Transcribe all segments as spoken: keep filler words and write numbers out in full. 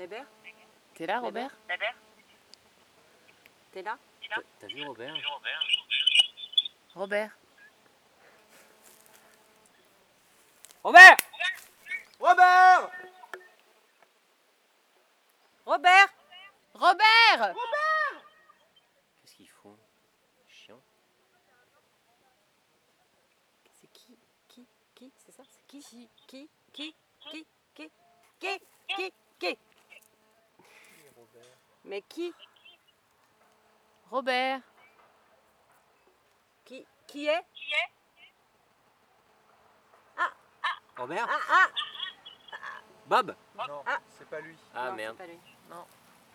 Bébert? T'es là, Robert? Bébert? T'es là? T'as vu Robert? Robert? Robert! Robert! Robert! Robert! Qu'est-ce qu'ils font? Chiant. C'est qui? Qui? Qui? C'est ça? C'est qui? Qui? Qui? Qui? Qui? Qui? Qui? Qui? Qui? Mais qui? Robert? Qui? Qui est? Robert? Ah ah! Bob? Non, Ah. c'est pas lui. Ah Non, merde. c'est pas lui. Non.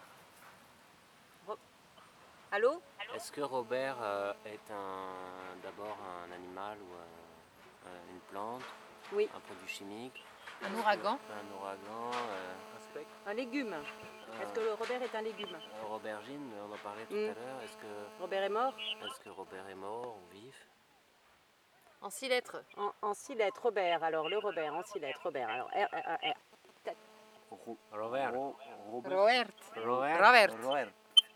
Allô? Est-ce que Robert euh, est un d'abord un animal ou un- un- une plante? Oui. Un produit chimique? Un ouragan? Un ouragan? euh, Un spectre. Un légume. Est-ce que le Robert est un légume? euh, Robergine, on en parlait tout Mm. à l'heure. Est-ce que, Robert est mort? est-ce que Robert est mort ou vif? En six lettres. En, en six lettres, Robert. Alors, le Robert, en six lettres, Robert. Alors, R, R, R, R. Ro- Robert. Robert. Robert. Robert. Robert. Robert.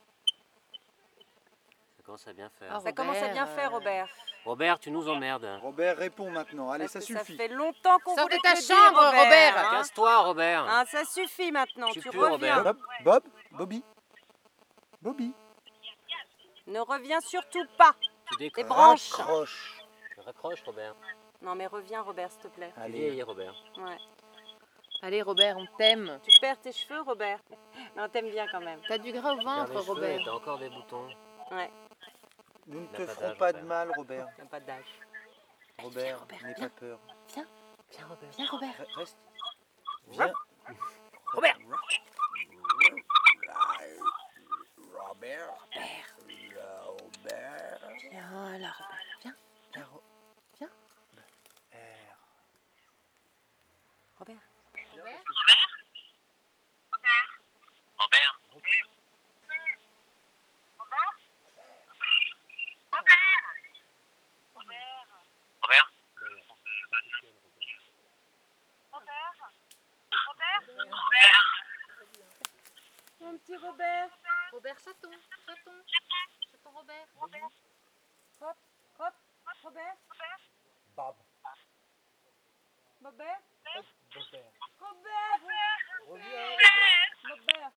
Ça commence à bien faire. Ah, Ça commence à bien Robert, faire, euh, Robert. Robert, tu nous emmerdes. Robert répond maintenant. Allez, Parce ça que suffit. Ça fait longtemps qu'on Sors voulait de ta te le dire, chambre, Robert. Robert. hein. Casse-toi, Robert. Hein, ça suffit maintenant, Tu tu pues, reviens. Robert. Bob, Bob, Bobby. Bobby. Ne reviens surtout pas. Tu Les décroches. branches. Raccroche. Tu raccroches, Robert. Non, mais reviens, Robert, s'il te plaît. Tu Allez. vieillis, Robert. Ouais. Allez, Robert, on t'aime. Tu perds tes cheveux, Robert. Non, t'aimes bien quand même. T'as du gras au Perds ventre, les cheveux Robert. et t'as encore des boutons. Ouais, Nous ne N'a te pas ferons d'âge, pas de Robert. mal, Robert. t'as pas d'âge. Robert, Robert, n'aie viens. pas peur. Viens, Viens, Robert. viens, Robert. Re- Reste. Viens. Robert. Robert. Robert. Viens là, Robert. Viens. R. Viens. R. Robert. Robert. Mon petit Robert. Robert Chaton.